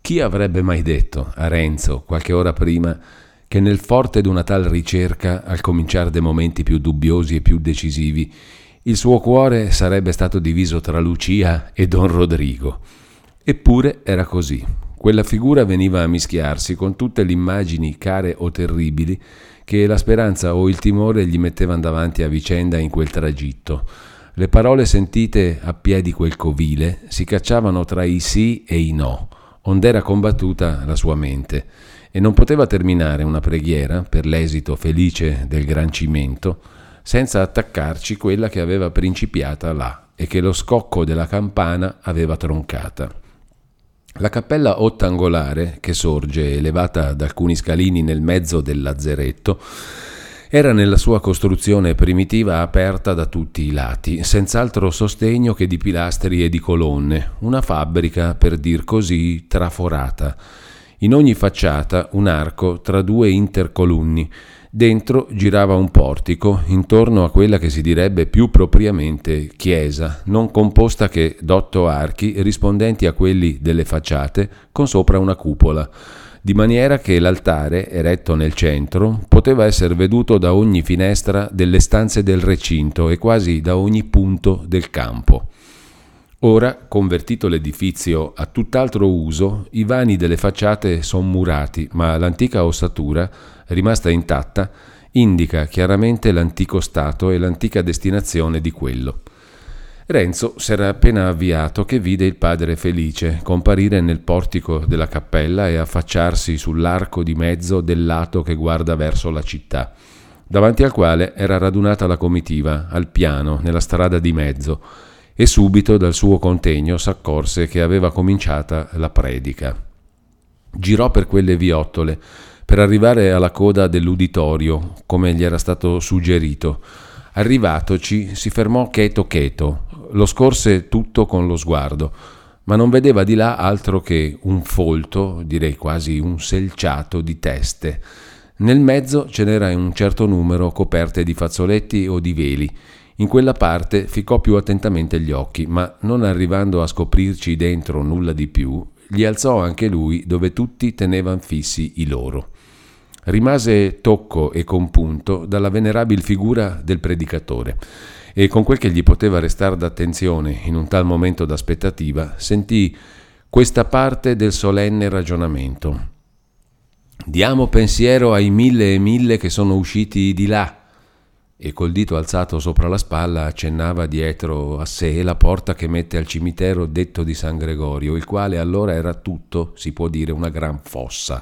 Chi avrebbe mai detto a Renzo, qualche ora prima, che nel forte d'una tal ricerca, al cominciare dei momenti più dubbiosi e più decisivi, il suo cuore sarebbe stato diviso tra Lucia e Don Rodrigo? Eppure era così. Quella figura veniva a mischiarsi con tutte le immagini care o terribili che la speranza o il timore gli mettevano davanti a vicenda in quel tragitto. Le parole sentite a piedi quel covile si cacciavano tra i sì e i no, ond'era combattuta la sua mente, e non poteva terminare una preghiera per l'esito felice del gran cimento senza attaccarci quella che aveva principiata là e che lo scocco della campana aveva troncata. La cappella ottangolare, che sorge elevata da alcuni scalini nel mezzo del lazzeretto, era nella sua costruzione primitiva aperta da tutti i lati, senz'altro sostegno che di pilastri e di colonne, una fabbrica, per dir così, traforata. In ogni facciata un arco tra due intercolunni. Dentro girava un portico, intorno a quella che si direbbe più propriamente chiesa, non composta che d'8 archi rispondenti a quelli delle facciate, con sopra una cupola, di maniera che l'altare, eretto nel centro, poteva essere veduto da ogni finestra delle stanze del recinto e quasi da ogni punto del campo. Ora, convertito l'edifizio a tutt'altro uso, i vani delle facciate son murati, ma l'antica ossatura, rimasta intatta, indica chiaramente l'antico stato e l'antica destinazione di quello. Renzo s'era appena avviato che vide il padre Felice comparire nel portico della cappella e affacciarsi sull'arco di mezzo del lato che guarda verso la città, davanti al quale era radunata la comitiva, al piano, nella strada di mezzo, e subito dal suo contegno s'accorse che aveva cominciata la predica. Girò per quelle viottole, per arrivare alla coda dell'uditorio, come gli era stato suggerito. Arrivatoci si fermò cheto, lo scorse tutto con lo sguardo, ma non vedeva di là altro che un folto, direi quasi un selciato di teste. Nel mezzo ce n'era un certo numero coperte di fazzoletti o di veli. In quella parte ficcò più attentamente gli occhi, ma non arrivando a scoprirci dentro nulla di più, li alzò anche lui dove tutti tenevan fissi i loro. Rimase tocco e compunto dalla venerabil figura del predicatore e con quel che gli poteva restar d'attenzione in un tal momento d'aspettativa sentì questa parte del solenne ragionamento. Diamo pensiero ai 1000 e 1000 che sono usciti di là, e col dito alzato sopra la spalla accennava dietro a sé la porta che mette al cimitero detto di San Gregorio, il quale allora era tutto, si può dire, una gran fossa.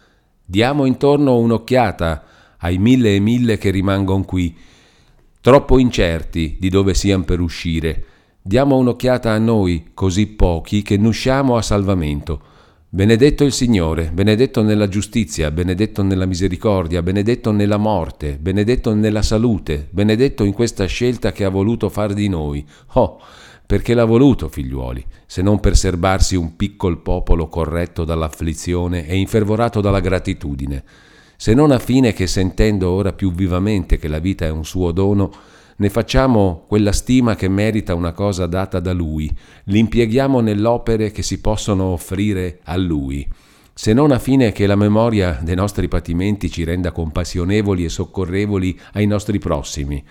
Diamo intorno un'occhiata ai 1000 e 1000 che rimangon qui, troppo incerti di dove sian per uscire. Diamo un'occhiata a noi, così pochi, che n'usciamo a salvamento. Benedetto il Signore, benedetto nella giustizia, benedetto nella misericordia, benedetto nella morte, benedetto nella salute, benedetto in questa scelta che ha voluto far di noi. Oh, perché l'ha voluto, figliuoli, se non per serbarsi un piccol popolo corretto dall'afflizione e infervorato dalla gratitudine, se non a fine che, sentendo ora più vivamente che la vita è un suo dono, ne facciamo quella stima che merita una cosa data da Lui, l'impieghiamo nelle opere che si possono offrire a Lui, se non a fine che la memoria dei nostri patimenti ci renda compassionevoli e soccorrevoli ai nostri prossimi.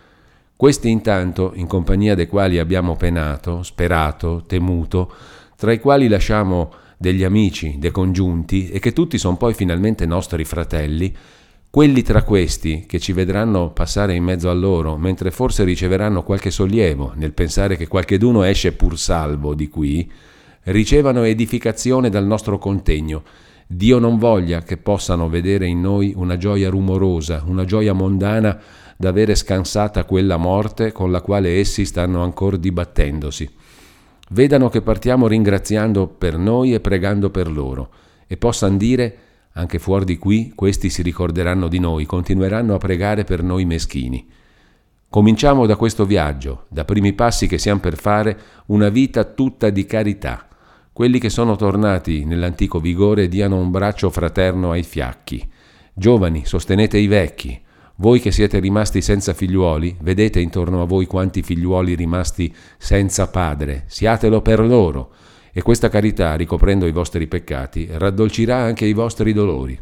Questi intanto, in compagnia dei quali abbiamo penato, sperato, temuto, tra i quali lasciamo degli amici, dei congiunti, e che tutti sono poi finalmente nostri fratelli, quelli tra questi che ci vedranno passare in mezzo a loro, mentre forse riceveranno qualche sollievo nel pensare che qualcheduno esce pur salvo di qui, ricevano edificazione dal nostro contegno. Dio non voglia che possano vedere in noi una gioia rumorosa, una gioia mondana d'avere scansata quella morte con la quale essi stanno ancora dibattendosi. Vedano che partiamo ringraziando per noi e pregando per loro, e possan dire: anche fuori di qui questi si ricorderanno di noi, continueranno a pregare per noi meschini. Cominciamo da questo viaggio, da primi passi che siamo per fare, una vita tutta di carità. Quelli che sono tornati nell'antico vigore diano un braccio fraterno ai fiacchi. Giovani, sostenete i vecchi. Voi che siete rimasti senza figliuoli, vedete intorno a voi quanti figliuoli rimasti senza padre, siatelo per loro. e questa carità, ricoprendo i vostri peccati, raddolcirà anche i vostri dolori.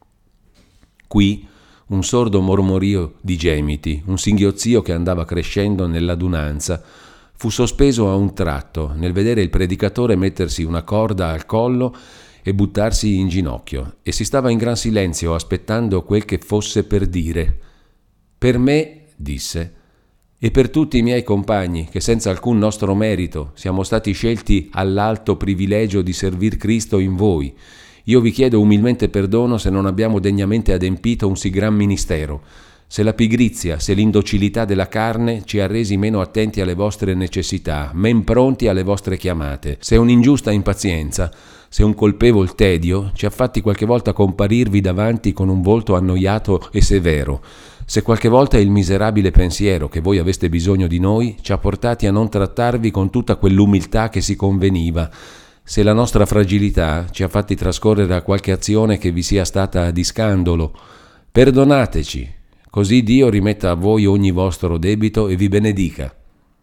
Qui un sordo mormorio di gemiti, un singhiozzio che andava crescendo nell'adunanza, fu sospeso a un tratto nel vedere il predicatore mettersi una corda al collo e buttarsi in ginocchio, e si stava in gran silenzio aspettando quel che fosse per dire. «Per me», disse, «e per tutti i miei compagni, che senza alcun nostro merito siamo stati scelti all'alto privilegio di servir Cristo in voi, io vi chiedo umilmente perdono se non abbiamo degnamente adempito un sì gran ministero, se la pigrizia, se l'indocilità della carne ci ha resi meno attenti alle vostre necessità, men pronti alle vostre chiamate, se un'ingiusta impazienza, se un colpevol tedio ci ha fatti qualche volta comparirvi davanti con un volto annoiato e severo, se qualche volta il miserabile pensiero che voi aveste bisogno di noi ci ha portati a non trattarvi con tutta quell'umiltà che si conveniva, se la nostra fragilità ci ha fatti trascorrere a qualche azione che vi sia stata di scandalo, perdonateci, così Dio rimetta a voi ogni vostro debito e vi benedica».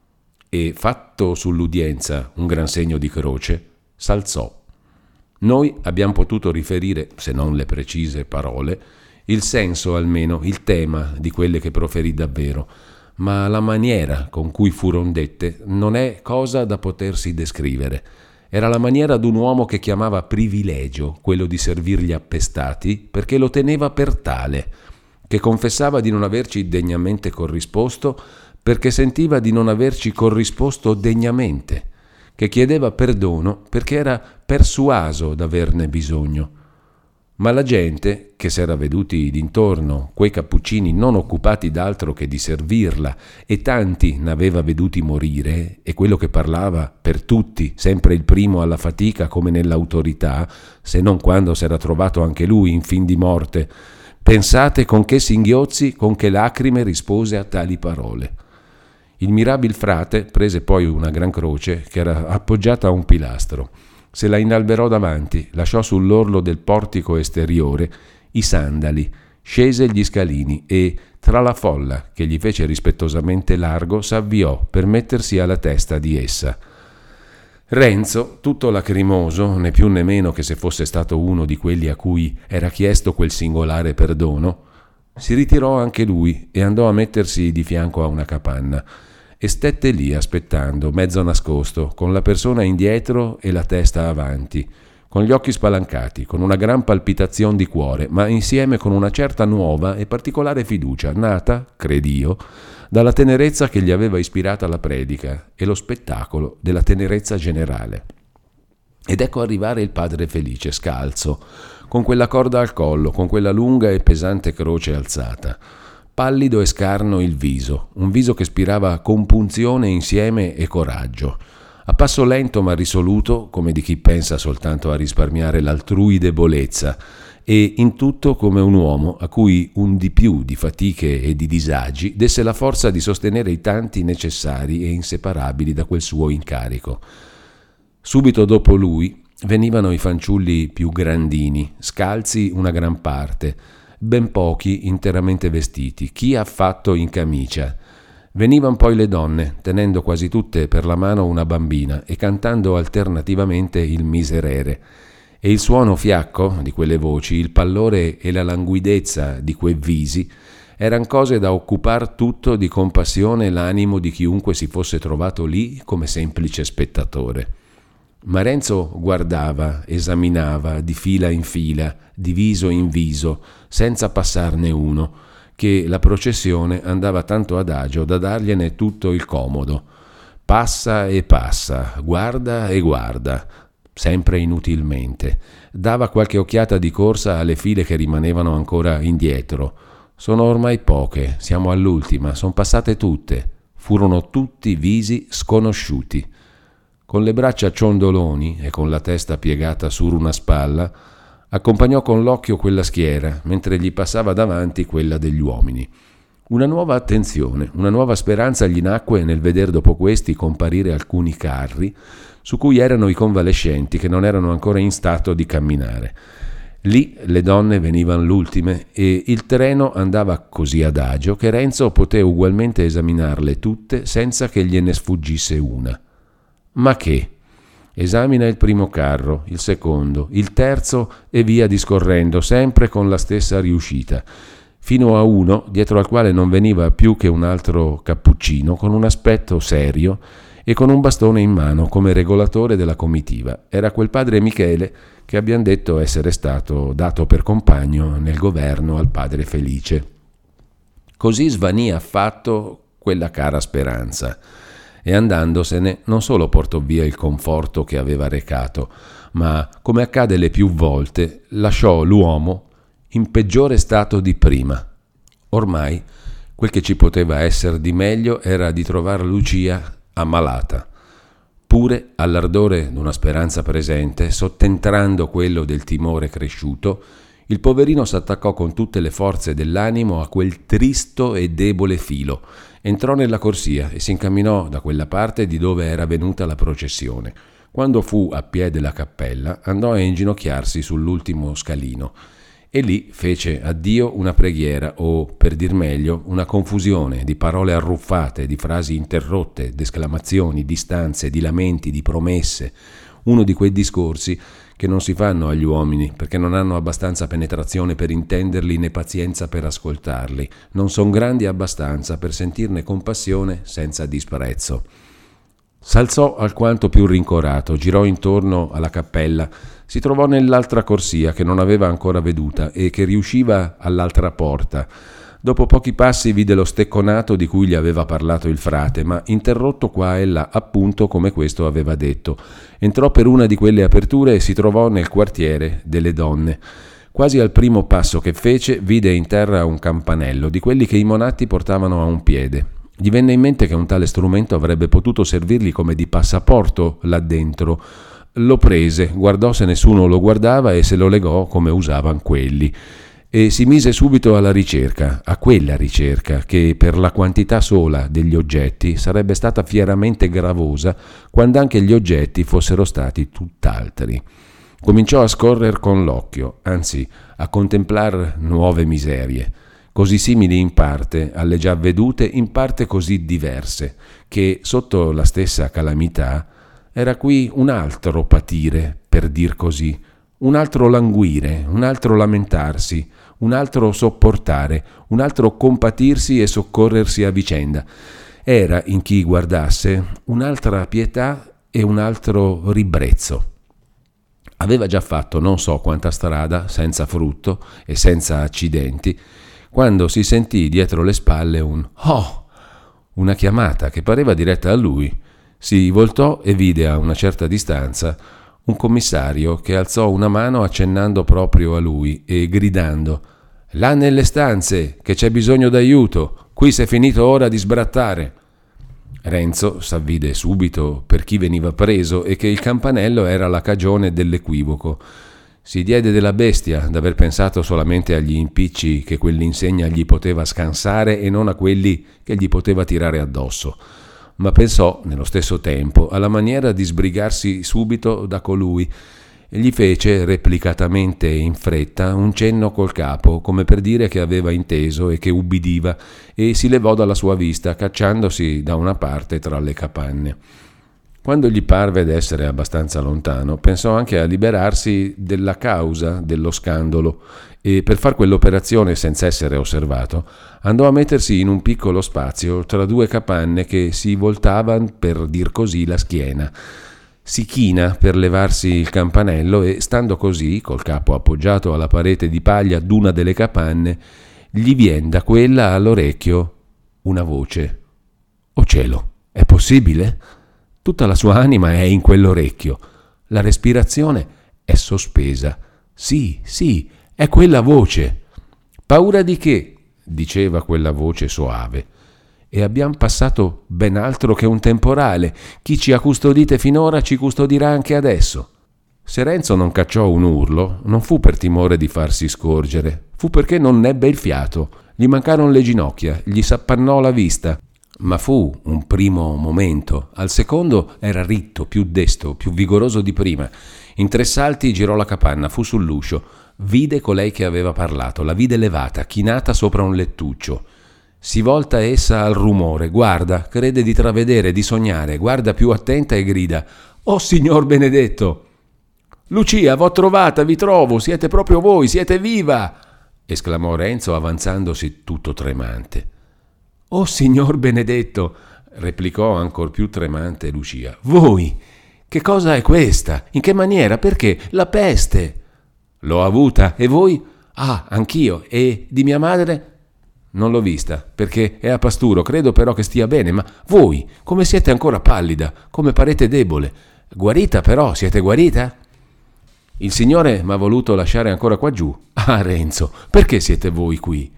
E, fatto sull'udienza un gran segno di croce, s'alzò. Noi abbiamo potuto riferire, se non le precise parole, il senso almeno, il tema di quelle che proferì davvero, ma la maniera con cui furono dette non è cosa da potersi descrivere. Era la maniera d'un uomo che chiamava privilegio quello di servir gli appestati perché lo teneva per tale, che confessava di non averci degnamente corrisposto perché sentiva di non averci corrisposto degnamente, che chiedeva perdono perché era persuaso d'averne bisogno. Ma la gente, che s'era veduti d'intorno, quei cappuccini non occupati d'altro che di servirla, e tanti n'aveva veduti morire, e quello che parlava per tutti, sempre il primo alla fatica come nell'autorità, se non quando s'era trovato anche lui in fin di morte, pensate con che singhiozzi, con che lacrime rispose a tali parole. Il mirabil frate prese poi una gran croce che era appoggiata a un pilastro, se la inalberò davanti, lasciò sull'orlo del portico esteriore i sandali, scese gli scalini e, tra la folla che gli fece rispettosamente largo, s'avviò per mettersi alla testa di essa. Renzo, tutto lacrimoso, né più né meno che se fosse stato uno di quelli a cui era chiesto quel singolare perdono, si ritirò anche lui e andò a mettersi di fianco a una capanna e stette lì aspettando, mezzo nascosto, con la persona indietro e la testa avanti, con gli occhi spalancati, con una gran palpitazione di cuore, ma insieme con una certa nuova e particolare fiducia, nata, cred'io, dalla tenerezza che gli aveva ispirata la predica e lo spettacolo della tenerezza generale. Ed ecco arrivare il padre Felice, scalzo, con quella corda al collo, con quella lunga e pesante croce alzata. Pallido e scarno il viso, un viso che spirava compunzione insieme e coraggio. A passo lento ma risoluto, come di chi pensa soltanto a risparmiare l'altrui debolezza, e in tutto come un uomo a cui un di più di fatiche e di disagi desse la forza di sostenere i tanti necessari e inseparabili da quel suo incarico. Subito dopo lui venivano i fanciulli più grandini, scalzi una gran parte, ben pochi interamente vestiti, chi affatto in camicia. Venivan poi le donne, tenendo quasi tutte per la mano una bambina e cantando alternativamente il miserere. E il suono fiacco di quelle voci, il pallore e la languidezza di quei visi eran cose da occupar tutto di compassione l'animo di chiunque si fosse trovato lì come semplice spettatore. Ma Renzo guardava, esaminava di fila in fila, di viso in viso, senza passarne uno, che la processione andava tanto adagio da dargliene tutto il comodo. Passa e passa, guarda e guarda, sempre inutilmente. Dava qualche occhiata di corsa alle file che rimanevano ancora indietro. Sono ormai poche, siamo all'ultima, son passate tutte. Furono tutti visi sconosciuti. Con le braccia ciondoloni e con la testa piegata su una spalla, accompagnò con l'occhio quella schiera, mentre gli passava davanti quella degli uomini. Una nuova attenzione, una nuova speranza gli nacque nel veder dopo questi comparire alcuni carri, su cui erano i convalescenti che non erano ancora in stato di camminare. Lì le donne venivano l'ultime e il treno andava così adagio che Renzo poté ugualmente esaminarle tutte senza che gliene sfuggisse una. Ma che? Esamina il primo carro, il secondo, il terzo e via discorrendo, sempre con la stessa riuscita, fino a uno dietro al quale non veniva più che un altro cappuccino con un aspetto serio e con un bastone in mano come regolatore della comitiva. Era quel padre Michele che abbiamo detto essere stato dato per compagno nel governo al padre Felice. Così svanì affatto quella cara speranza e andandosene non solo portò via il conforto che aveva recato, ma, come accade le più volte, lasciò l'uomo in peggiore stato di prima. Ormai quel che ci poteva essere di meglio era di trovar Lucia ammalata. Pure all'ardore d'una speranza presente, sottentrando quello del timore cresciuto, il poverino s'attaccò con tutte le forze dell'animo a quel tristo e debole filo, entrò nella corsia e si incamminò da quella parte di dove era venuta la processione. Quando fu a piè della cappella, andò a inginocchiarsi sull'ultimo scalino e lì fece a Dio una preghiera o, per dir meglio, una confusione di parole arruffate, di frasi interrotte, d'esclamazioni, di stanze, di lamenti, di promesse, uno di quei discorsi che non si fanno agli uomini perché non hanno abbastanza penetrazione per intenderli né pazienza per ascoltarli, non son grandi abbastanza per sentirne compassione senza disprezzo. S'alzò alquanto più rincorato, girò intorno alla cappella, si trovò nell'altra corsia che non aveva ancora veduta e che riusciva all'altra porta. Dopo pochi passi vide lo stecconato di cui gli aveva parlato il frate, ma interrotto qua e là, appunto come questo aveva detto. Entrò per una di quelle aperture e si trovò nel quartiere delle donne. Quasi al primo passo che fece, vide in terra un campanello, di quelli che i monatti portavano a un piede. Gli venne in mente che un tale strumento avrebbe potuto servirgli come di passaporto là dentro. Lo prese, guardò se nessuno lo guardava e se lo legò come usavano quelli. E si mise subito alla ricerca, a quella ricerca che per la quantità sola degli oggetti sarebbe stata fieramente gravosa quando anche gli oggetti fossero stati tutt'altri. Cominciò a scorrer con l'occhio, anzi a contemplar nuove miserie, così simili in parte alle già vedute, in parte così diverse, che sotto la stessa calamità era qui un altro patire, per dir così, un altro languire, un altro lamentarsi, un altro sopportare, un altro compatirsi e soccorrersi a vicenda. Era in chi guardasse un'altra pietà e un altro ribrezzo. Aveva già fatto non so quanta strada, senza frutto e senza accidenti, quando si sentì dietro le spalle un «Oh!», una chiamata che pareva diretta a lui. Si voltò e vide a una certa distanza un commissario che alzò una mano accennando proprio a lui e gridando «Là nelle stanze, che c'è bisogno d'aiuto, qui s'è finito ora di sbrattare». Renzo s'avvide subito per chi veniva preso e che il campanello era la cagione dell'equivoco. Si diede della bestia d'aver pensato solamente agli impicci che quell'insegna gli poteva scansare e non a quelli che gli poteva tirare addosso. Ma pensò nello stesso tempo alla maniera di sbrigarsi subito da colui e gli fece replicatamente in fretta un cenno col capo come per dire che aveva inteso e che ubbidiva e si levò dalla sua vista cacciandosi da una parte tra le capanne. Quando gli parve d'essere abbastanza lontano pensò anche a liberarsi della causa dello scandalo e per far quell'operazione senza essere osservato andò a mettersi in un piccolo spazio tra due capanne che si voltavan per dir così la schiena. Si china per levarsi il campanello e stando così col capo appoggiato alla parete di paglia d'una delle capanne gli vien da quella all'orecchio una voce. «Oh cielo, è possibile?» Tutta la sua anima è in quell'orecchio. La respirazione è sospesa. Sì, è quella voce. «Paura di che?» diceva quella voce soave. «E abbiamo passato ben altro che un temporale. Chi ci ha custodite finora ci custodirà anche adesso». Se Renzo non cacciò un urlo, non fu per timore di farsi scorgere, fu perché non ebbe il fiato. Gli mancarono le ginocchia, gli s'appannò la vista. Ma fu un primo momento. Al secondo era ritto, più desto, più vigoroso di prima. In 3 salti girò la capanna, fu sull'uscio. Vide colei che aveva parlato, la vide levata, chinata sopra un lettuccio. Si volta essa al rumore, guarda, crede di travedere, di sognare, guarda più attenta e grida Oh signor Benedetto! Lucia, v'ho trovata, vi trovo, siete proprio voi, siete viva! Esclamò Renzo avanzandosi tutto tremante. Oh signor Benedetto! Replicò ancor più tremante Lucia. Voi! Che cosa è questa? In che maniera? Perché? La peste! L'ho avuta, e voi? Ah, anch'io. E di mia madre? Non l'ho vista, perché è a pasturo, credo però che stia bene, ma voi, come siete ancora pallida, come parete debole. Guarita però, siete guarita? Il Signore m'ha voluto lasciare ancora qua giù. Ah, Renzo, perché siete voi qui?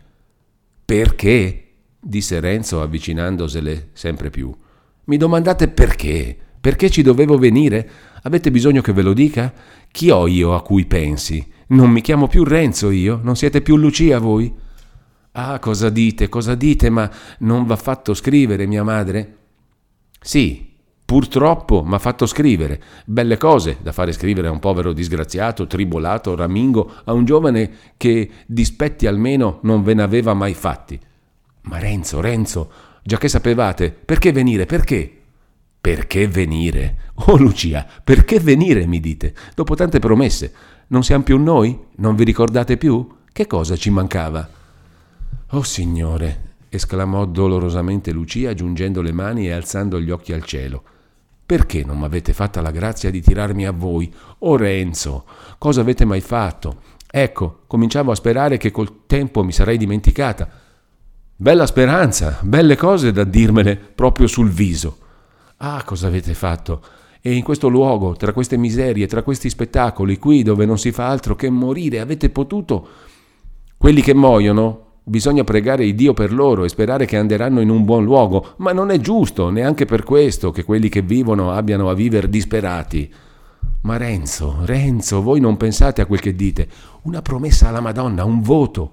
Perché? Disse Renzo avvicinandosele sempre più. Mi domandate perché? Perché ci dovevo venire? Avete bisogno che ve lo dica? Chi ho io a cui pensi? Non mi chiamo più Renzo io? Non siete più Lucia voi? Ah, cosa dite, ma non v'ha fatto scrivere mia madre? Sì, purtroppo m'ha fatto scrivere. Belle cose da fare scrivere a un povero disgraziato, tribolato, ramingo, a un giovane che dispetti almeno non ve n'aveva mai fatti. Ma Renzo, già che sapevate, perché venire, perché? Perché venire? Oh Lucia, perché venire, mi dite? Dopo tante promesse, non siamo più noi? Non vi ricordate più? Che cosa ci mancava? Oh Signore, esclamò dolorosamente Lucia, giungendo le mani e alzando gli occhi al cielo. Perché non m'avete fatta la grazia di tirarmi a voi? Oh Renzo, cosa avete mai fatto? Ecco, cominciavo a sperare che col tempo mi sarei dimenticata. Bella speranza, belle cose da dirmele proprio sul viso. Ah, cosa avete fatto? E in questo luogo, tra queste miserie, tra questi spettacoli, qui dove non si fa altro che morire, avete potuto... Quelli che muoiono, bisogna pregare il Dio per loro e sperare che anderanno in un buon luogo, ma non è giusto, neanche per questo, che quelli che vivono abbiano a viver disperati. Ma Renzo, voi non pensate a quel che dite. Una promessa alla Madonna, un voto.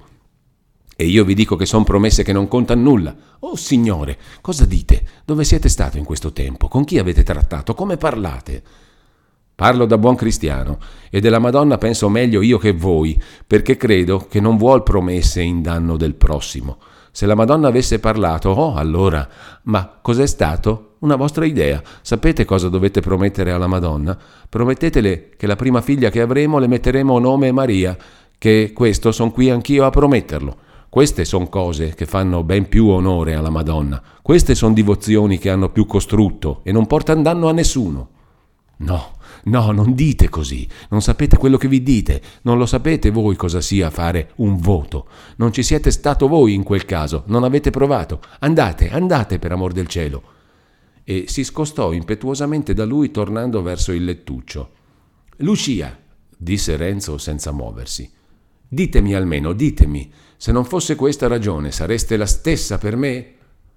E io vi dico che son promesse che non contano nulla. Oh Signore, cosa dite? Dove siete stato in questo tempo? Con chi avete trattato? Come parlate? Parlo da buon cristiano e della Madonna penso meglio io che voi, perché credo che non vuol promesse in danno del prossimo. Se la Madonna avesse parlato, oh allora, ma cos'è stato? Una vostra idea. Sapete cosa dovete promettere alla Madonna? Promettetele che la prima figlia che avremo le metteremo nome Maria, che questo son qui anch'io a prometterlo. Queste son cose che fanno ben più onore alla Madonna. Queste son divozioni che hanno più costrutto e non portano danno a nessuno. No, non dite così, non sapete quello che vi dite, non lo sapete voi cosa sia fare un voto, non ci siete stato voi in quel caso, non avete provato, andate per amor del cielo. E si scostò impetuosamente da lui tornando verso il lettuccio. Lucia, disse Renzo senza muoversi, ditemi almeno, ditemi, se non fosse questa ragione sareste la stessa per me?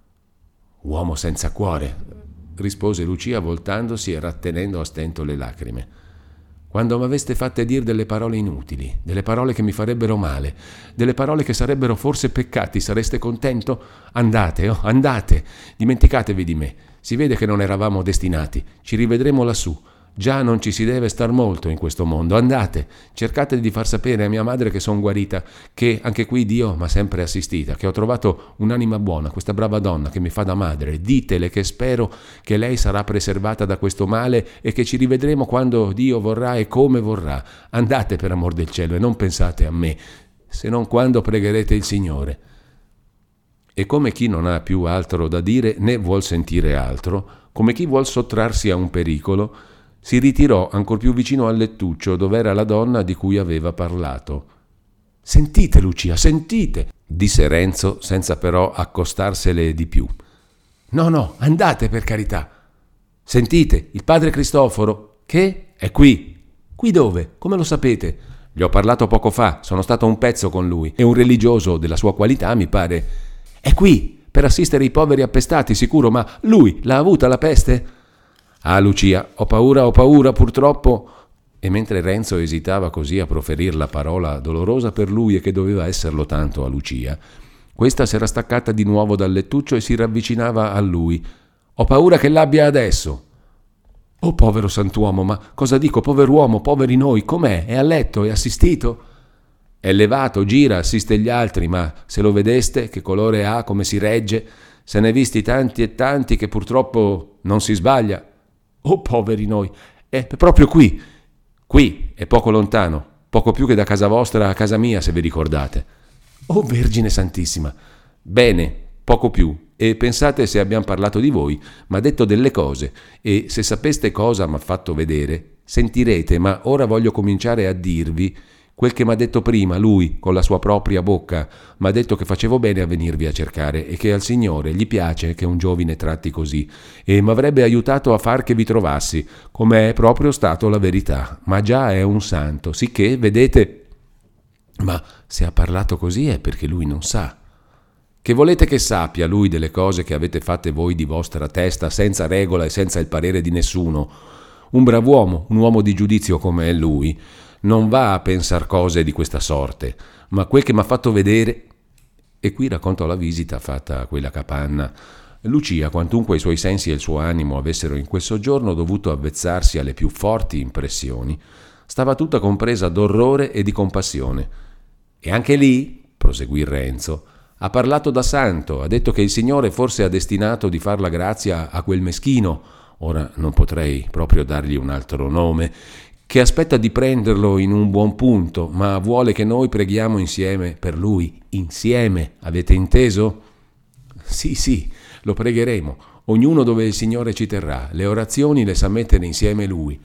Uomo senza cuore, rispose Lucia voltandosi e rattenendo a stento le lacrime. Quando m'aveste fatte dire delle parole inutili, delle parole che mi farebbero male, delle parole che sarebbero forse peccati, sareste contento? Andate, andate, dimenticatevi di me. Si vede che non eravamo destinati, ci rivedremo lassù. Già non ci si deve star molto in questo mondo. Andate, cercate di far sapere a mia madre che son guarita, che anche qui Dio m'ha sempre assistita, che ho trovato un'anima buona, questa brava donna che mi fa da madre. Ditele che spero che lei sarà preservata da questo male e che ci rivedremo quando Dio vorrà e come vorrà. Andate per amor del cielo e non pensate a me, se non quando pregherete il Signore. E come chi non ha più altro da dire né vuol sentire altro, come chi vuol sottrarsi a un pericolo, si ritirò ancor più vicino al lettuccio dove era la donna di cui aveva parlato. «Sentite, Lucia, sentite!» disse Renzo, senza però accostarsele di più. «No, andate per carità!» «Sentite, il padre Cristoforo, che è qui!» «Qui dove? Come lo sapete?» «Gli ho parlato poco fa, sono stato un pezzo con lui, e un religioso della sua qualità, mi pare...» «È qui, per assistere i poveri appestati, sicuro, ma lui l'ha avuta la peste?» «Ah, Lucia, ho paura, purtroppo...» E mentre Renzo esitava così a proferir la parola dolorosa per lui e che doveva esserlo tanto a Lucia, questa s'era staccata di nuovo dal lettuccio e si ravvicinava a lui. «Ho paura che l'abbia adesso!» «Oh, povero santuomo, ma cosa dico, pover'uomo, poveri noi, com'è? È a letto, è assistito?» «È levato, gira, assiste gli altri, ma se lo vedeste, che colore ha, come si regge, se ne è visti tanti e tanti che purtroppo non si sbaglia.» Oh, poveri noi! È proprio qui! Qui, è poco lontano, poco più che da casa vostra a casa mia, se vi ricordate. Oh, Vergine Santissima! Bene, poco più. E pensate se abbiamo parlato di voi, m'ha detto delle cose, e se sapeste cosa m'ha fatto vedere, sentirete, ma ora voglio cominciare a dirvi quel che m'ha detto prima lui, con la sua propria bocca. M'ha detto che facevo bene a venirvi a cercare e che al Signore gli piace che un giovine tratti così, e m'avrebbe aiutato a far che vi trovassi, come è proprio stato la verità, ma già è un santo, sicché, vedete, ma se ha parlato così è perché lui non sa. Che volete che sappia lui delle cose che avete fatte voi di vostra testa, senza regola e senza il parere di nessuno? Un brav'uomo, un uomo di giudizio come è lui, non va a pensar cose di questa sorte, ma quel che m'ha fatto vedere. E qui raccontò la visita fatta a quella capanna. Lucia, quantunque i suoi sensi e il suo animo avessero in quel soggiorno dovuto avvezzarsi alle più forti impressioni, stava tutta compresa d'orrore e di compassione. E anche lì, proseguì Renzo, ha parlato da santo, ha detto che il Signore forse ha destinato di far la grazia a quel meschino, ora non potrei proprio dargli un altro nome, che aspetta di prenderlo in un buon punto, ma vuole che noi preghiamo insieme per lui, insieme, avete inteso? Sì, lo pregheremo, ognuno dove il Signore ci terrà, le orazioni le sa mettere insieme lui.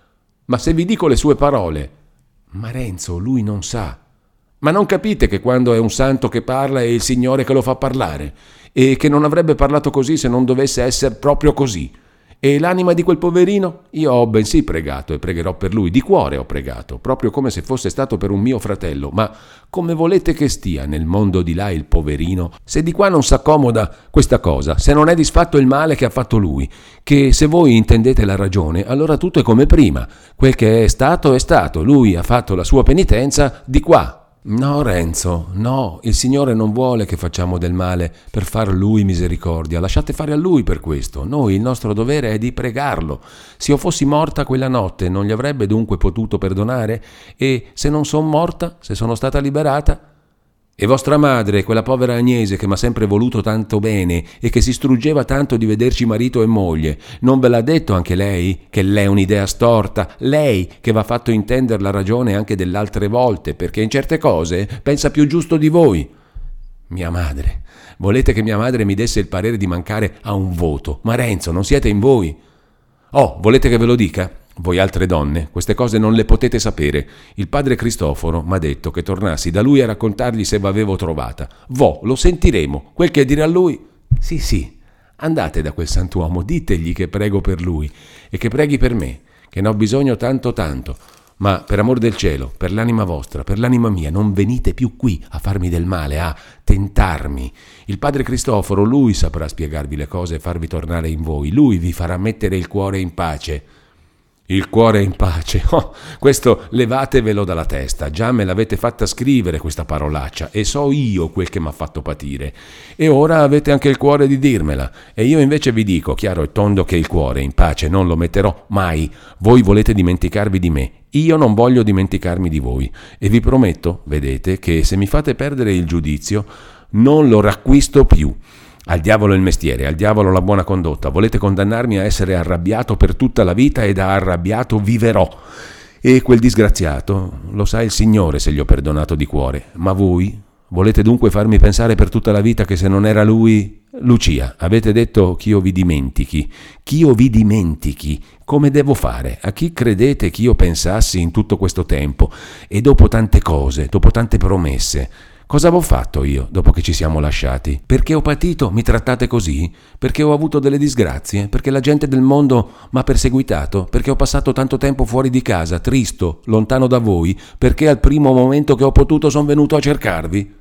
Ma se vi dico le sue parole, ma Renzo, lui non sa. Ma non capite che quando è un santo che parla è il Signore che lo fa parlare, e che non avrebbe parlato così se non dovesse essere proprio così? E l'anima di quel poverino? Io ho bensì pregato e pregherò per lui, di cuore ho pregato, proprio come se fosse stato per un mio fratello, ma come volete che stia nel mondo di là il poverino, se di qua non s'accomoda questa cosa, se non è disfatto il male che ha fatto lui, che se voi intendete la ragione, allora tutto è come prima, quel che è stato, lui ha fatto la sua penitenza di qua. No, Renzo, no, il Signore non vuole che facciamo del male per far Lui misericordia, lasciate fare a Lui per questo, noi il nostro dovere è di pregarlo. Se io fossi morta quella notte non gli avrebbe dunque potuto perdonare? E se non son morta, se sono stata liberata? E vostra madre, quella povera Agnese che m'ha sempre voluto tanto bene e che si struggeva tanto di vederci marito e moglie, non ve l'ha detto anche lei che l'è un'idea storta? Lei che v'ha fatto intendere la ragione anche delle altre volte, perché in certe cose pensa più giusto di voi. Mia madre, volete che mia madre mi desse il parere di mancare a un voto? Ma Renzo, non siete in voi? Oh, volete che ve lo dica? Voi altre donne, queste cose non le potete sapere. Il padre Cristoforo m'ha detto che tornassi da lui a raccontargli se v'avevo trovata. Lo sentiremo. Quel che dirà lui... Sì, andate da quel santuomo, ditegli che prego per lui e che preghi per me, che ne ho bisogno tanto. Ma per amor del cielo, per l'anima vostra, per l'anima mia, non venite più qui a farmi del male, a tentarmi. Il padre Cristoforo, lui saprà spiegarvi le cose e farvi tornare in voi. Lui vi farà mettere il cuore in pace. Il cuore in pace, questo levatevelo dalla testa, già me l'avete fatta scrivere questa parolaccia e so io quel che m'ha fatto patire e ora avete anche il cuore di dirmela e io invece vi dico chiaro e tondo che il cuore in pace non lo metterò mai. Voi volete dimenticarvi di me, io non voglio dimenticarmi di voi e vi prometto, vedete, che se mi fate perdere il giudizio non lo racquisto più. Al diavolo il mestiere, al diavolo la buona condotta. Volete condannarmi a essere arrabbiato per tutta la vita e da arrabbiato viverò. E quel disgraziato lo sa il Signore se gli ho perdonato di cuore. Ma voi volete dunque farmi pensare per tutta la vita che se non era lui... Lucia, avete detto che io vi dimentichi. Che io vi dimentichi. Come devo fare? A chi credete che io pensassi in tutto questo tempo? E dopo tante cose, dopo tante promesse... Cosa avevo fatto io dopo che ci siamo lasciati? Perché ho patito? Mi trattate così? Perché ho avuto delle disgrazie? Perché la gente del mondo m'ha perseguitato? Perché ho passato tanto tempo fuori di casa, tristo, lontano da voi? Perché al primo momento che ho potuto sono venuto a cercarvi?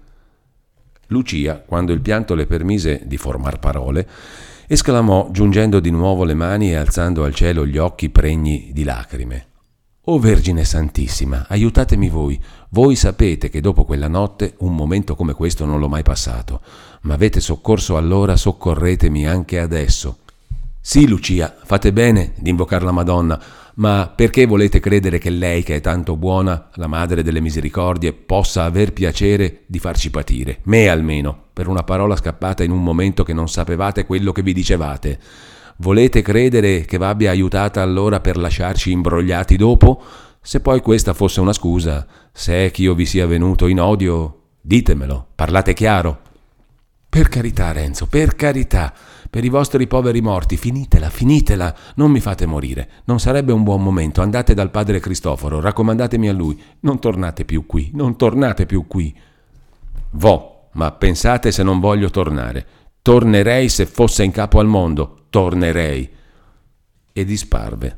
Lucia, quando il pianto le permise di formar parole, esclamò giungendo di nuovo le mani e alzando al cielo gli occhi pregni di lacrime. «O Vergine Santissima, aiutatemi voi. Voi sapete che dopo quella notte un momento come questo non l'ho mai passato. M'avete soccorso allora, soccorretemi anche adesso». «Sì, Lucia, fate bene di invocare la Madonna, ma perché volete credere che lei, che è tanto buona, la Madre delle Misericordie, possa aver piacere di farci patire? Me almeno, per una parola scappata in un momento che non sapevate quello che vi dicevate». Volete credere che v'abbia aiutata allora per lasciarci imbrogliati dopo? Se poi questa fosse una scusa, se è che io vi sia venuto in odio, ditemelo, parlate chiaro. Per carità, Renzo, per carità, per i vostri poveri morti, finitela, non mi fate morire, non sarebbe un buon momento, andate dal padre Cristoforo, raccomandatemi a lui, non tornate più qui. Ma pensate se non voglio tornare. Tornerei se fosse in capo al mondo, tornerei. E disparve.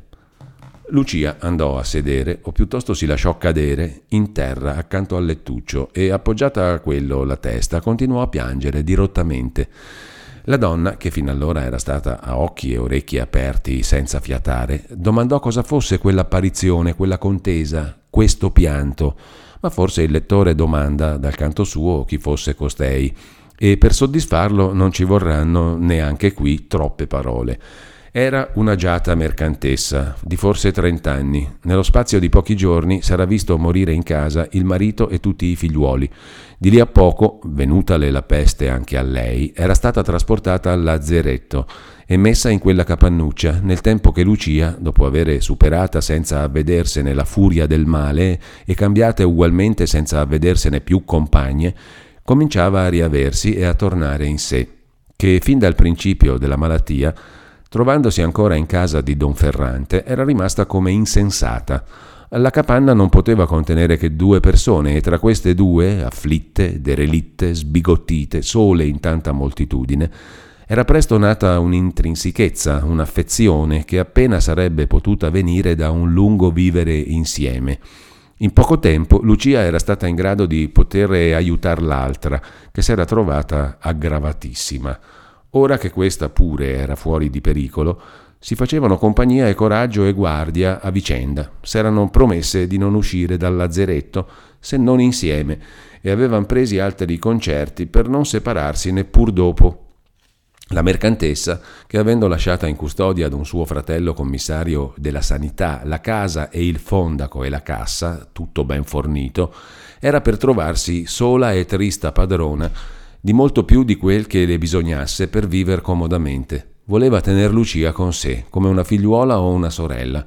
Lucia andò a sedere, o piuttosto si lasciò cadere, in terra accanto al lettuccio e, appoggiata a quello la testa, continuò a piangere dirottamente. La donna, che fino allora era stata a occhi e orecchi aperti senza fiatare, domandò cosa fosse quell'apparizione, quella contesa, questo pianto, ma forse il lettore domanda dal canto suo chi fosse costei, e per soddisfarlo non ci vorranno neanche qui troppe parole. Era un'agiata mercantessa di forse 30 anni. Nello spazio di pochi giorni s'era visto morire in casa il marito e tutti i figliuoli. Di lì a poco, venutale la peste anche a lei, era stata trasportata al lazzeretto e messa in quella capannuccia, nel tempo che Lucia, dopo avere superata senza avvedersene la furia del male e cambiate ugualmente senza avvedersene più compagne, cominciava a riaversi e a tornare in sé, che fin dal principio della malattia, trovandosi ancora in casa di Don Ferrante, era rimasta come insensata. La capanna non poteva contenere che 2 persone e tra queste 2, afflitte, derelitte, sbigottite, sole in tanta moltitudine, era presto nata un'intrinsichezza, un'affezione che appena sarebbe potuta venire da un lungo vivere insieme. In poco tempo Lucia era stata in grado di poter aiutar l'altra, che s'era trovata aggravatissima. Ora che questa pure era fuori di pericolo, si facevano compagnia e coraggio e guardia a vicenda. S'erano promesse di non uscire dal lazzeretto se non insieme e avevano presi altri concerti per non separarsi neppur dopo. La mercantessa, che avendo lasciata in custodia ad un suo fratello commissario della sanità la casa e il fondaco e la cassa, tutto ben fornito, era per trovarsi sola e trista padrona di molto più di quel che le bisognasse per viver comodamente. Voleva tener Lucia con sé, come una figliuola o una sorella.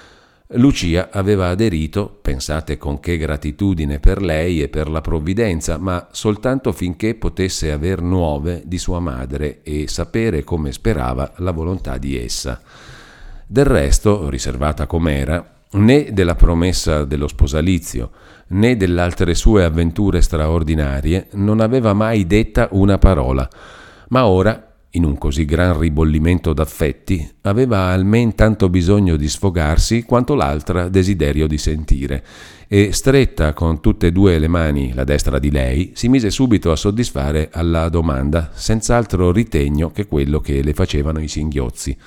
Lucia aveva aderito, pensate con che gratitudine per lei e per la provvidenza, ma soltanto finché potesse aver nuove di sua madre e sapere come sperava la volontà di essa. Del resto, riservata com'era, né della promessa dello sposalizio, né delle altre sue avventure straordinarie, non aveva mai detta una parola, ma ora, in un così gran ribollimento d'affetti, aveva almen tanto bisogno di sfogarsi quanto l'altra desiderio di sentire, e stretta con tutte e 2 le mani la destra di lei, si mise subito a soddisfare alla domanda, senz'altro ritegno che quello che le facevano i singhiozzi.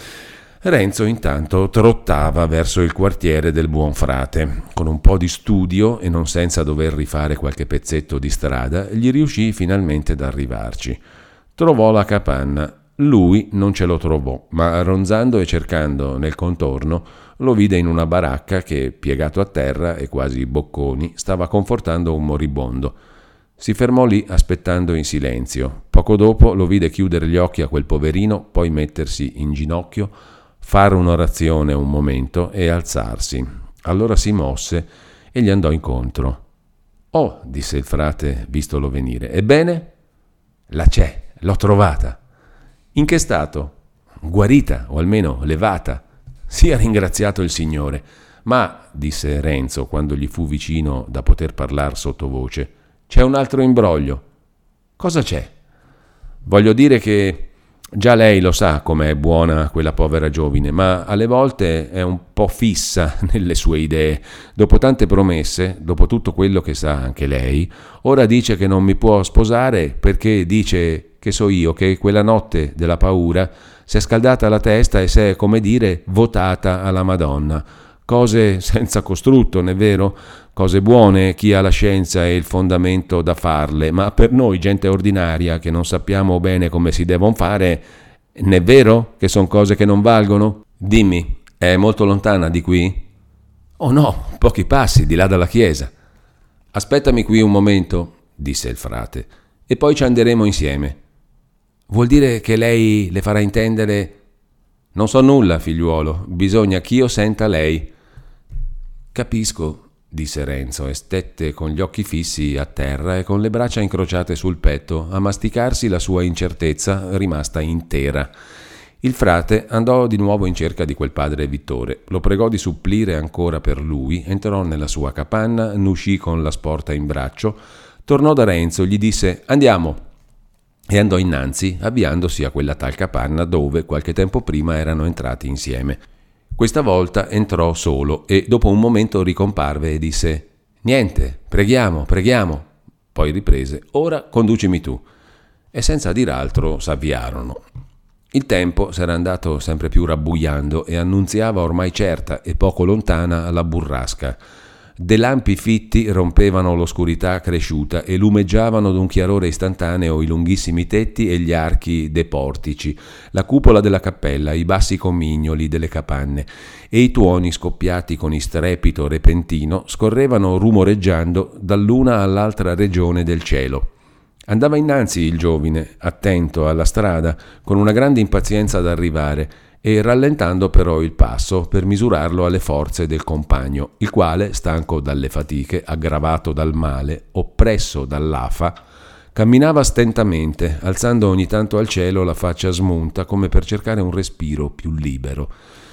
Renzo intanto trottava verso il quartiere del Buon Frate. Con un po' di studio e non senza dover rifare qualche pezzetto di strada, gli riuscì finalmente ad arrivarci. Trovò la capanna. Lui non ce lo trovò, ma ronzando e cercando nel contorno lo vide in una baracca che, piegato a terra e quasi bocconi, stava confortando un moribondo. Si fermò lì aspettando in silenzio. Poco dopo lo vide chiudere gli occhi a quel poverino, poi mettersi in ginocchio, fare un'orazione un momento e alzarsi. Allora si mosse e gli andò incontro. «Oh», disse il frate, vistolo venire, «ebbene?» «La c'è, l'ho trovata». «In che stato?» «Guarita, o almeno levata». «Sia ringraziato il Signore». «Ma», disse Renzo, quando gli fu vicino da poter parlar sottovoce, «c'è un altro imbroglio». «Cosa c'è?» «Voglio dire che già lei lo sa com'è buona quella povera giovine, ma alle volte è un po' fissa nelle sue idee. Dopo tante promesse, dopo tutto quello che sa anche lei, ora dice che non mi può sposare perché dice che so io che quella notte della paura si è scaldata la testa e si è, come dire, votata alla Madonna. Cose senza costrutto, n'è vero? Cose buone, chi ha la scienza e il fondamento da farle, ma per noi, gente ordinaria, che non sappiamo bene come si devono fare, n'è vero che sono cose che non valgono? Dimmi, è molto lontana di qui? Oh no, pochi passi, di là dalla chiesa. Aspettami qui un momento, disse il frate, e poi ci anderemo insieme. Vuol dire che lei le farà intendere... Non so nulla, figliuolo, bisogna ch'io senta lei. Capisco, disse Renzo e stette con gli occhi fissi a terra e con le braccia incrociate sul petto a masticarsi la sua incertezza rimasta intera. Il frate andò di nuovo in cerca di quel padre Vittore, lo pregò di supplire ancora per lui, entrò nella sua capanna, n'uscì con la sporta in braccio, tornò da Renzo, gli disse «Andiamo!» e andò innanzi, avviandosi a quella tal capanna dove qualche tempo prima erano entrati insieme. Questa volta entrò solo e dopo un momento ricomparve e disse «Niente, preghiamo, preghiamo». Poi riprese «Ora conducimi tu». E senza dir altro s'avviarono. Il tempo s'era andato sempre più rabbuiando e annunziava ormai certa e poco lontana la burrasca. Dei lampi fitti rompevano l'oscurità cresciuta e lumeggiavano d'un chiarore istantaneo i lunghissimi tetti e gli archi dei portici, la cupola della cappella, i bassi comignoli delle capanne, e i tuoni scoppiati con strepito repentino scorrevano rumoreggiando dall'una all'altra regione del cielo. Andava innanzi il giovine, attento alla strada, con una grande impazienza ad arrivare, e rallentando però il passo per misurarlo alle forze del compagno, il quale, stanco dalle fatiche, aggravato dal male, oppresso dall'afa, camminava stentamente, alzando ogni tanto al cielo la faccia smunta come per cercare un respiro più libero.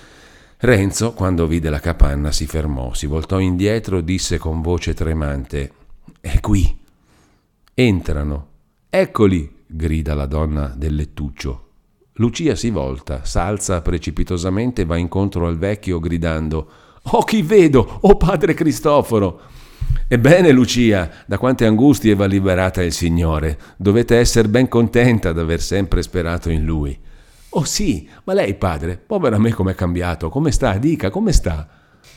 Renzo, quando vide la capanna, si fermò, si voltò indietro, disse con voce tremante «È qui!» «Entrano!» «Eccoli!» grida la donna del lettuccio. Lucia si volta, s'alza precipitosamente e va incontro al vecchio gridando «Oh, chi vedo! Oh, padre Cristoforo!» «Ebbene, Lucia, da quante angustie va liberata il Signore. Dovete essere ben contenta d'aver sempre sperato in Lui». «Oh sì, ma lei, padre, povera me com'è cambiato, come sta? Dica, come sta?»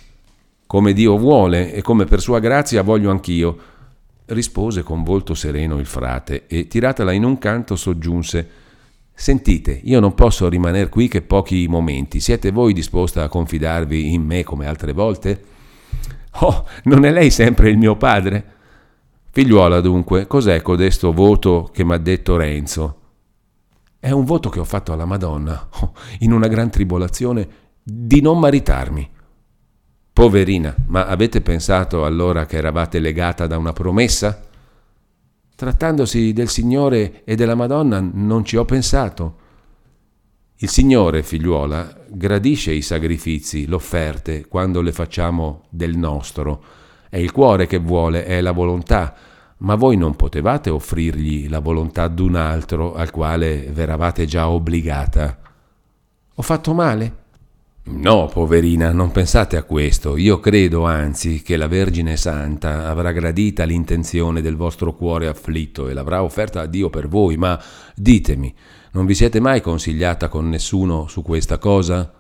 «Come Dio vuole e come per sua grazia voglio anch'io», rispose con volto sereno il frate e, tiratela in un canto, soggiunse «Sentite, io non posso rimaner qui che pochi momenti. Siete voi disposta a confidarvi in me come altre volte?» «Oh, non è lei sempre il mio padre?» «Figliuola, dunque, cos'è codesto voto che m'ha detto Renzo?» «È un voto che ho fatto alla Madonna, in una gran tribolazione, di non maritarmi». «Poverina, ma avete pensato allora che eravate legata da una promessa?» «Trattandosi del Signore e della Madonna non ci ho pensato». «Il Signore, figliuola, gradisce i sacrifici, le offerte, quando le facciamo del nostro. È il cuore che vuole, è la volontà, ma voi non potevate offrirgli la volontà d'un altro al quale v'eravate già obbligata». «Ho fatto male?» «No, poverina, non pensate a questo. Io credo, anzi, che la Vergine Santa avrà gradita l'intenzione del vostro cuore afflitto e l'avrà offerta a Dio per voi, ma ditemi, non vi siete mai consigliata con nessuno su questa cosa?»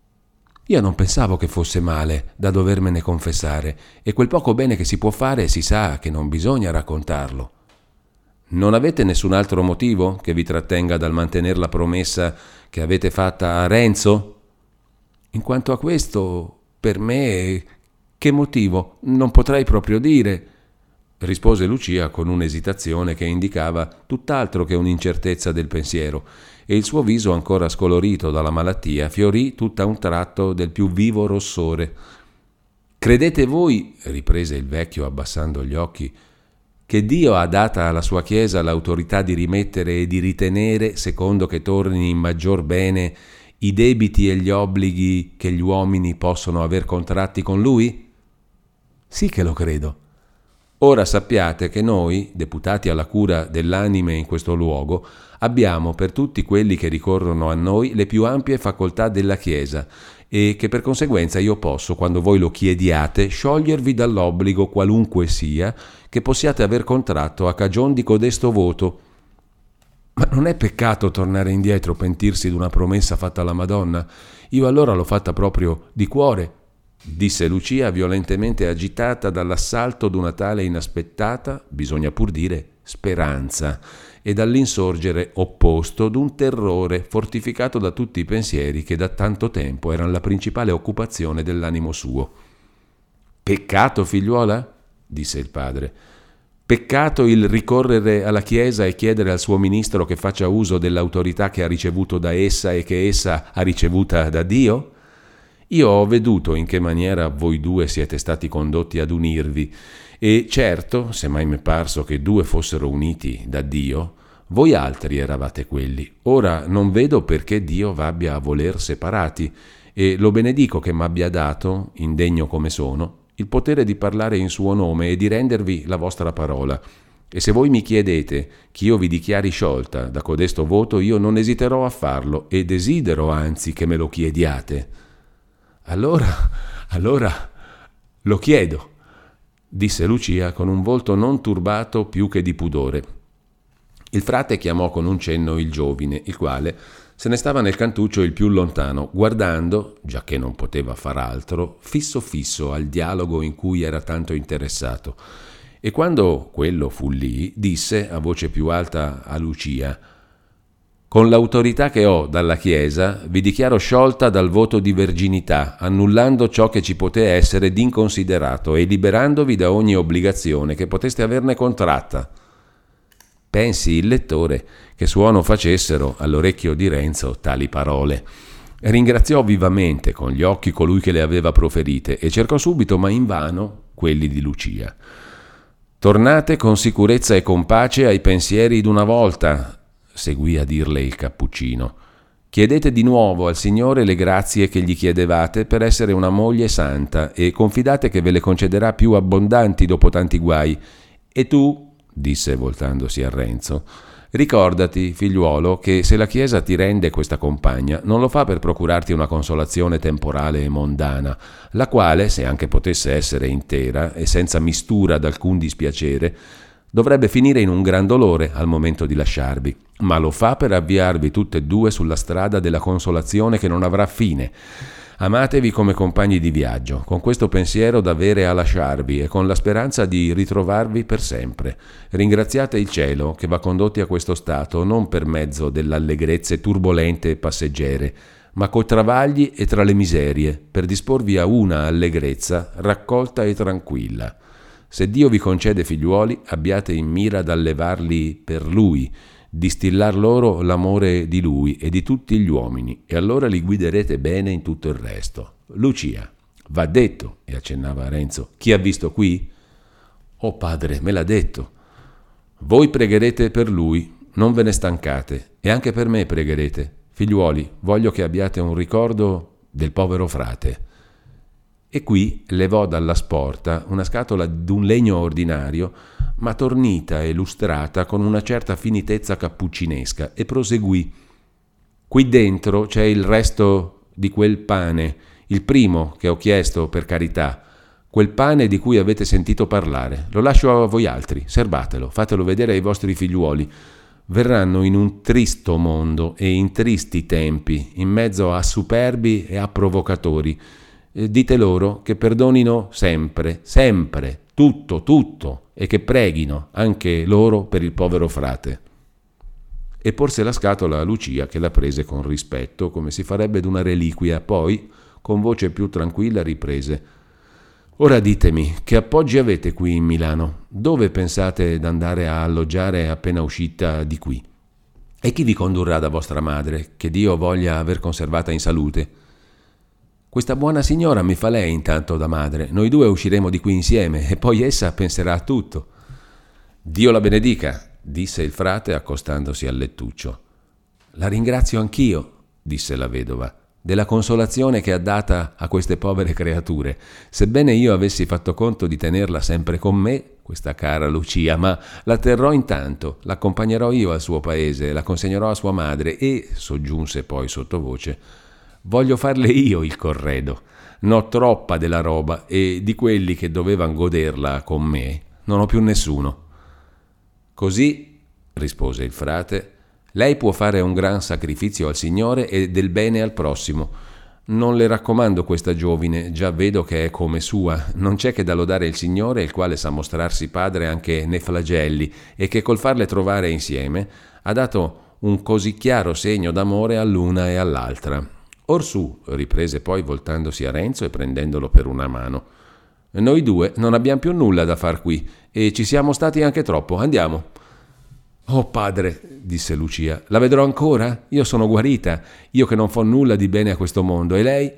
«Io non pensavo che fosse male da dovermene confessare, e quel poco bene che si può fare si sa che non bisogna raccontarlo». «Non avete nessun altro motivo che vi trattenga dal mantenere la promessa che avete fatta a Renzo?» «In quanto a questo, per me, che motivo? Non potrei proprio dire», rispose Lucia con un'esitazione che indicava tutt'altro che un'incertezza del pensiero, e il suo viso ancora scolorito dalla malattia fiorì tutta un tratto del più vivo rossore. «Credete voi», riprese il vecchio abbassando gli occhi, «che Dio ha data alla sua Chiesa l'autorità di rimettere e di ritenere, secondo che torni in maggior bene, i debiti e gli obblighi che gli uomini possono aver contratti con Lui?» «Sì che lo credo». «Ora sappiate che noi, deputati alla cura dell'anime in questo luogo, abbiamo per tutti quelli che ricorrono a noi le più ampie facoltà della Chiesa e che per conseguenza io posso, quando voi lo chiediate, sciogliervi dall'obbligo qualunque sia che possiate aver contratto a cagion di codesto voto». «Ma non è peccato tornare indietro, pentirsi d'una promessa fatta alla Madonna? Io allora l'ho fatta proprio di cuore», disse Lucia violentemente agitata dall'assalto d'una tale inaspettata, bisogna pur dire, speranza, e dall'insorgere opposto d'un terrore fortificato da tutti i pensieri che da tanto tempo erano la principale occupazione dell'animo suo. «Peccato, figliuola?» disse il padre. Peccato il ricorrere alla Chiesa e chiedere al suo ministro che faccia uso dell'autorità che ha ricevuto da essa e che essa ha ricevuta da Dio? Io ho veduto in che maniera voi due siete stati condotti ad unirvi, e certo, se mai m'è parso che due fossero uniti da Dio, voi altri eravate quelli. Ora non vedo perché Dio v'abbia a voler separati, e lo benedico che m'abbia dato, indegno come sono, il potere di parlare in suo nome e di rendervi la vostra parola. E se voi mi chiedete ch'io vi dichiari sciolta da codesto voto, io non esiterò a farlo, e desidero anzi che me lo chiediate. Allora, lo chiedo, disse Lucia con un volto non turbato più che di pudore. Il frate chiamò con un cenno il giovine, il quale se ne stava nel cantuccio il più lontano, guardando, giacché non poteva far altro, fisso al dialogo in cui era tanto interessato. E quando quello fu lì, disse a voce più alta a Lucia: «Con l'autorità che ho dalla Chiesa, vi dichiaro sciolta dal voto di verginità, annullando ciò che ci poté essere d'inconsiderato e liberandovi da ogni obbligazione che poteste averne contratta». Pensi il lettore che suono facessero all'orecchio di Renzo tali parole. Ringraziò vivamente con gli occhi colui che le aveva proferite e cercò subito, ma invano, quelli di Lucia. «Tornate con sicurezza e con pace ai pensieri d'una volta», seguì a dirle il cappuccino. «Chiedete di nuovo al Signore le grazie che gli chiedevate per essere una moglie santa e confidate che ve le concederà più abbondanti dopo tanti guai. E tu», disse voltandosi a Renzo, «ricordati, figliuolo, che se la Chiesa ti rende questa compagna, non lo fa per procurarti una consolazione temporale e mondana, la quale, se anche potesse essere intera e senza mistura d'alcun dispiacere, dovrebbe finire in un gran dolore al momento di lasciarvi, ma lo fa per avviarvi tutte e due sulla strada della consolazione che non avrà fine. Amatevi come compagni di viaggio, con questo pensiero d'avere a lasciarvi e con la speranza di ritrovarvi per sempre. Ringraziate il cielo che v'ha condotti a questo stato non per mezzo dell'allegrezze turbolente e passeggere, ma coi travagli e tra le miserie, per disporvi a una allegrezza raccolta e tranquilla. Se Dio vi concede figliuoli, abbiate in mira d'allevarli per Lui, distillar loro l'amore di Lui e di tutti gli uomini, e allora li guiderete bene in tutto il resto. Lucia, va detto, e accennava a Renzo, chi ha visto qui? Oh padre, me l'ha detto. Voi pregherete per lui, non ve ne stancate, e anche per me pregherete. Figliuoli, voglio che abbiate un ricordo del povero frate. E qui levò dalla sporta una scatola d'un legno ordinario, ma tornita e lustrata con una certa finitezza cappuccinesca, e proseguì: «Qui dentro c'è il resto di quel pane, il primo che ho chiesto per carità, quel pane di cui avete sentito parlare. Lo lascio a voi altri, serbatelo, fatelo vedere ai vostri figliuoli. Verranno in un tristo mondo e in tristi tempi, in mezzo a superbi e a provocatori. Dite loro che perdonino sempre, sempre, tutto, e che preghino anche loro per il povero frate». E porse la scatola a Lucia, che la prese con rispetto, come si farebbe d'una reliquia. Poi, con voce più tranquilla, riprese: «Ora ditemi, che appoggi avete qui in Milano? Dove pensate d'andare a alloggiare appena uscita di qui? E chi vi condurrà da vostra madre, che Dio voglia aver conservata in salute?» «Questa buona signora mi fa lei intanto da madre. Noi due usciremo di qui insieme e poi essa penserà a tutto». «Dio la benedica», disse il frate accostandosi al lettuccio. «La ringrazio anch'io», disse la vedova, «della consolazione che ha data a queste povere creature, sebbene io avessi fatto conto di tenerla sempre con me, questa cara Lucia, ma la terrò intanto, l'accompagnerò io al suo paese, la consegnerò a sua madre e», soggiunse poi sottovoce, «voglio farle io il corredo. N'ho troppa della roba e di quelli che dovevan goderla con me non ho più nessuno». «Così», rispose il frate, «lei può fare un gran sacrificio al Signore e del bene al prossimo. Non le raccomando questa giovine, già vedo che è come sua. Non c'è che da lodare il Signore, il quale sa mostrarsi padre anche nei flagelli e che col farle trovare insieme ha dato un così chiaro segno d'amore all'una e all'altra. Orsù», riprese poi voltandosi a Renzo e prendendolo per una mano, Noi due non abbiamo più nulla da far qui e ci siamo stati anche troppo. Andiamo. Oh padre, disse Lucia, la vedrò ancora? Io sono guarita, io che non fo nulla di bene a questo mondo. E lei?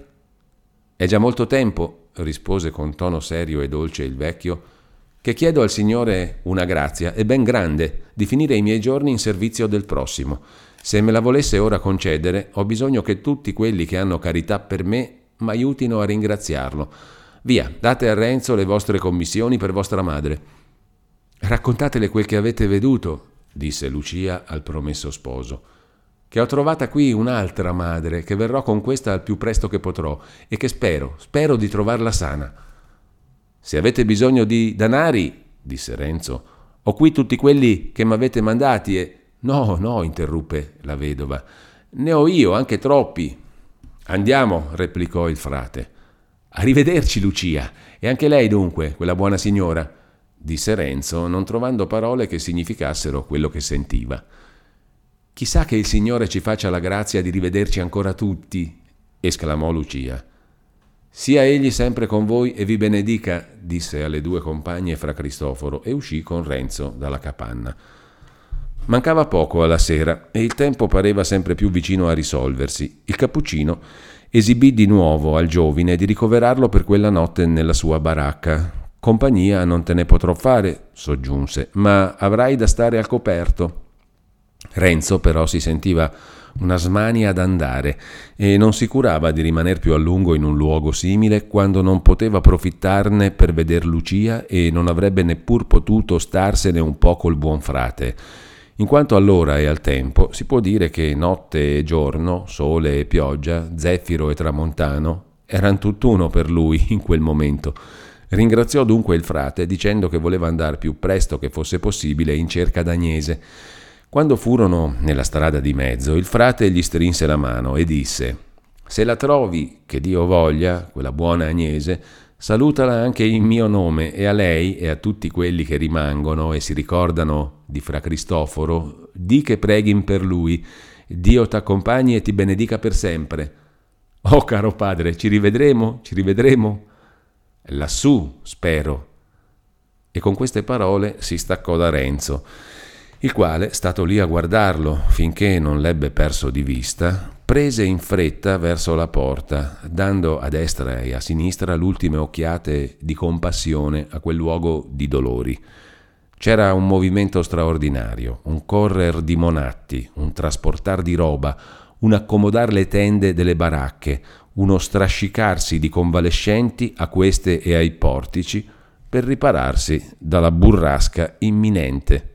È già molto tempo, rispose con tono serio e dolce il vecchio, che chiedo al Signore una grazia, e ben grande, di finire i miei giorni in servizio del prossimo. Se me la volesse ora concedere, ho bisogno che tutti quelli che hanno carità per me m'aiutino a ringraziarlo. Via, date a Renzo le vostre commissioni per vostra madre. Raccontatele quel che avete veduto, disse Lucia al promesso sposo, che ho trovata qui un'altra madre, che verrò con questa al più presto che potrò e che spero di trovarla sana. Se avete bisogno di danari, disse Renzo, ho qui tutti quelli che m'avete mandati e... No, interruppe la vedova, ne ho io, anche troppi. Andiamo, replicò il frate. Arrivederci, Lucia, e anche lei dunque, quella buona signora, disse Renzo, non trovando parole che significassero quello che sentiva. Chissà che il Signore ci faccia la grazia di rivederci ancora tutti, esclamò Lucia. Sia egli sempre con voi e vi benedica, disse alle due compagne fra Cristoforo e uscì con Renzo dalla capanna. Mancava poco alla sera e il tempo pareva sempre più vicino a risolversi. Il cappuccino esibì di nuovo al giovine di ricoverarlo per quella notte nella sua baracca. Compagnia non te ne potrò fare, soggiunse, ma avrai da stare al coperto. Renzo però si sentiva una smania ad andare e non si curava di rimaner più a lungo in un luogo simile quando non poteva approfittarne per veder Lucia e non avrebbe neppur potuto starsene un po' col buon frate. In quanto all'ora e al tempo, si può dire che notte e giorno, sole e pioggia, zeffiro e tramontano, eran tutt'uno per lui in quel momento. Ringraziò dunque il frate dicendo che voleva andare più presto che fosse possibile in cerca d'Agnese. Quando furono nella strada di mezzo, il frate gli strinse la mano e disse: «Se la trovi, che Dio voglia, quella buona Agnese, salutala anche in mio nome e a lei e a tutti quelli che rimangono e si ricordano di fra Cristoforo, di che preghin per lui. Dio t'accompagni e ti benedica per sempre». «Oh, caro padre, ci rivedremo? Ci rivedremo?» «Lassù, spero». E con queste parole si staccò da Renzo, il quale, stato lì a guardarlo finché non l'ebbe perso di vista, prese in fretta verso la porta, dando a destra e a sinistra l'ultime occhiate di compassione a quel luogo di dolori. C'era un movimento straordinario, un correr di monatti, un trasportar di roba, un accomodar le tende delle baracche, uno strascicarsi di convalescenti a queste e ai portici per ripararsi dalla burrasca imminente.